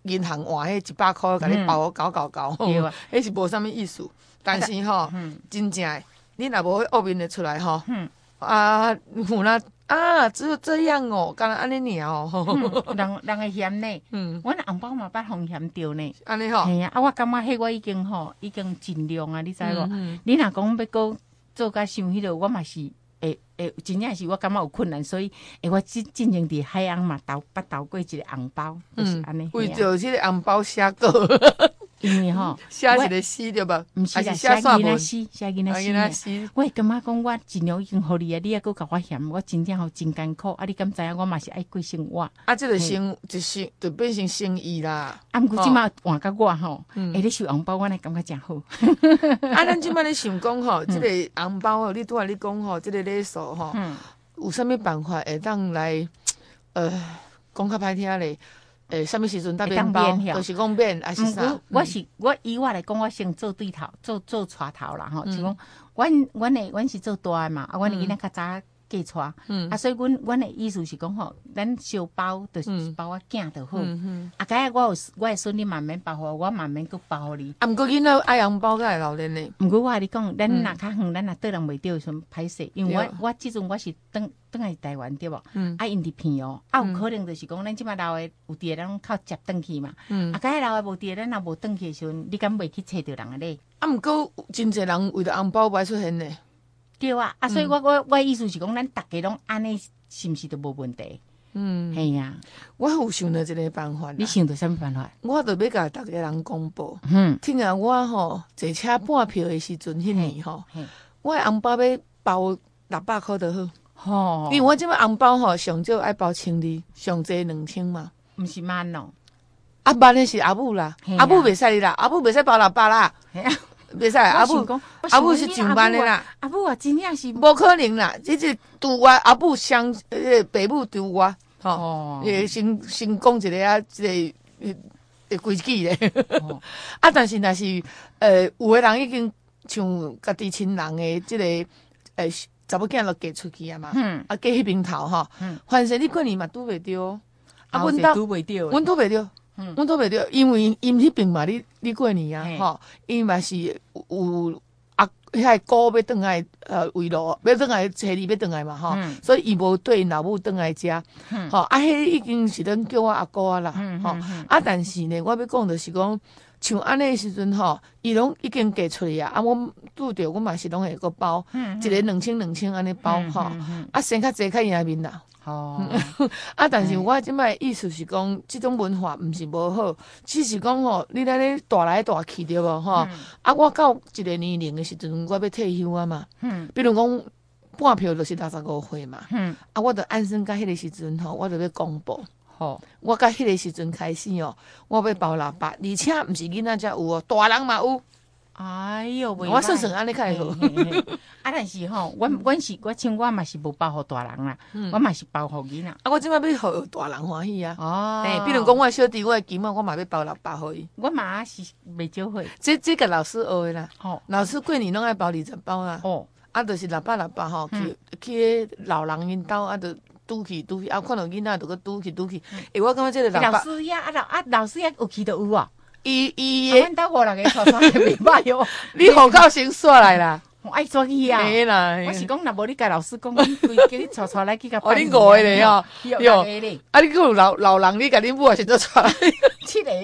银行换迄一百箍，甲你包搞搞搞， 对啊， 迄是无啥物意思。但是吼，真正诶，你若无恶面的出来吼，啊，有那啊，只有这样哦，敢若安尼尔哦， 人人会嫌呢。嗯，阮红包嘛捌互嫌着呢。 安尼吼， 系啊，啊，我感觉迄我已经吼，已经尽量啊，你知无？你若讲要搁做甲像迄落，我嘛是。诶诶，真正是我感觉有困难，所以诶，我进进前伫海洋嘛投捌投过一个红包，就是安尼。 为着即个红包写稿， 因为吼写一个诗对吧？ 毋是啦，写囡仔诗，写囡仔诗。我感觉讲我尽量已经互你啊，你还搁甲我嫌，我真正吼真艰苦。啊，你敢知影？我嘛是爱过生活。 啊，即个生就生就变成生意啦。 啊，毋过即马换甲我吼，诶，你收红包，我来感觉真好。 啊，咱即马咧想讲吼，即个红包吼，你拄仔你讲吼，即个礼数吼，有啥物办法会当来？呃，讲较歹听咧。诶，什么时阵搭面包？就是讲面还是啥？ 我是我以我来讲，我先做对头，做做带头啦吼。就讲，阮阮诶，阮是做大诶嘛，啊，阮诶囡仔较早嫁出，啊，所以阮阮诶意思是讲吼，咱烧包就是包我囝就好。啊，假若我有我诶孙，你慢慢包互我，慢慢佫包互你。 啊，毋过囡仔爱红包，才会留恁呢。 毋过我甲你讲，咱若较远，咱若倒人袂着的时阵歹势，因为我我即阵我是等。转来台湾对无？嗯，啊，因伫片哦，啊，有可能就是讲，咱即摆老诶有伫诶，咱靠接转去嘛。嗯，啊，假若老诶无伫诶，咱若无转去诶时阵，你敢袂去找着人诶咧？ 啊，毋过真侪人为着红包袂出现呢。 对啊，啊，所以我我我意思是讲，咱逐家拢安尼，是毋是都无问题？嗯，系啊。 我有想到一个办法。 你想到啥物办法？ 我著要甲逐个人公布。嗯，听啊，我吼坐车半票诶时阵，迄年吼，我诶红包要包六百箍就好。吼，因为我即摆红包吼上少爱包千二，上济两千嘛。 毋是万哦， 啊万诶是阿母啦，阿母袂使啦，阿母袂使包六百啦，袂使。阿母阿母是上万诶啦， 阿母啊真正是无可能啦，即是拄我阿母相呃爸母拄我，吼，诶先先讲一个啊，即个诶规矩咧。啊，但是若是呃有诶人已经像家己亲人诶即个诶。查某囝就嫁出去啊嘛，啊嫁迄边头吼，反正你过年嘛拄袂着， 啊，阮兜拄袂着， 阮拄袂着，阮拄袂着，因为因迄边嘛，你你过年啊，吼，因嘛是有啊，遐姑要转来呃围路，要转来初二要转来嘛，吼，所以伊无对老母转来遮，吼，啊，迄已经是咱叫我阿姑啊啦，吼，啊，但是呢，我要讲就是讲。像安尼时阵吼，伊拢已经嫁出去啊！啊，我拄着我嘛是拢会个包，一个两千两千安尼包吼，啊，生较济较赢面啦。哦，啊，但是我即摆意思是讲，即种文化毋是无好，只是讲吼，你咧咧大来大去对无吼？啊，我到一个年龄的时阵，我要退休啊嘛。嗯。比如讲半票就是六十五岁嘛。嗯。啊，我着安生到迄个时阵吼，我着要公布。吼，我甲迄个时阵开始哦，我要包六百，而且毋是囡仔才有哦，大人嘛有。 哎哟， 我算算安尼较会好。 啊，但是吼，阮阮是我像我嘛是无包互大人啦，我嘛是包互囡仔。 啊，我即摆要互大人欢喜啊。哦。诶，比如讲我小弟我诶金仔，我嘛要包六百互伊。 我嘛是袂少岁。 这这个老师学诶啦。吼，老师过年拢爱包二十包啦。哦。啊，就是六百六百吼，去去老人因兜啊，着。拄去拄去，啊，看到囡仔就搁拄去拄去。诶，我感觉这个老师呀，啊老啊老师呀，有去就有啊。 伊伊诶， 阮兜五六个撮撮袂歹哟。 你户口先刷来啦。 我爱抓去啊。 嘿啦。 我是讲，若无你甲老师讲，规叫你撮撮来去甲拜年。哦，你五个咧吼。有。啊，你讲老老人，你甲恁母也先做撮来。 七个。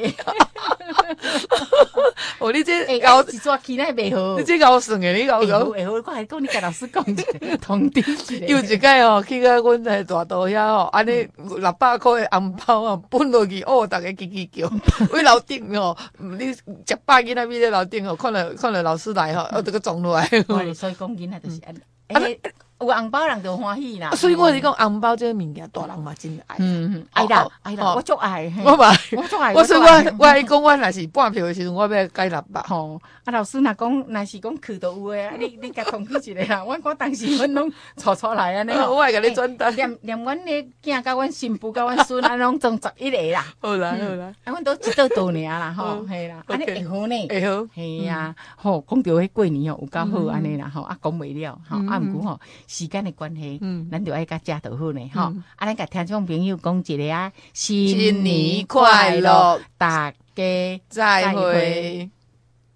哦，你这搞一抓起来袂好。 你这搞算诶，你搞搞。 会好，我还讲你甲老师讲一下，通知一下。 有一摆哦，去到阮在大道遐吼，安尼六百块诶红包啊，分落去哦，逐个叽叽叫。为楼顶哦，你食饱囡仔咪咧楼顶哦，看到看到老师来吼，我这个撞落来。 所以讲囡仔就是安尼。有红包人就欢喜啦， 所以我是讲红包这个物件，大人嘛真爱。嗯嗯，爱啦爱啦，我足爱。 我嘛， 我足爱。 我所以我我爱讲，我若是半票的时阵，我要改六百。 吼，啊老师若讲，若是讲去都有诶，啊你你甲通知一下啦。我我当时阮拢撮撮来安尼。 我会甲你转达。 连连阮诶囝甲阮新妇甲阮孙，安拢总十一个啦。 好啦好啦， 啊阮都一道道尔啦吼，系啦，安尼会好呢。 会好。 系啊，吼讲到迄过年吼有够好安尼啦吼，啊讲袂了吼，啊毋过吼。 时间的关系，嗯，咱就爱甲食就好呢，吼、嗯。啊，咱甲听众朋友讲一个啊， 新年快乐， 大家再会。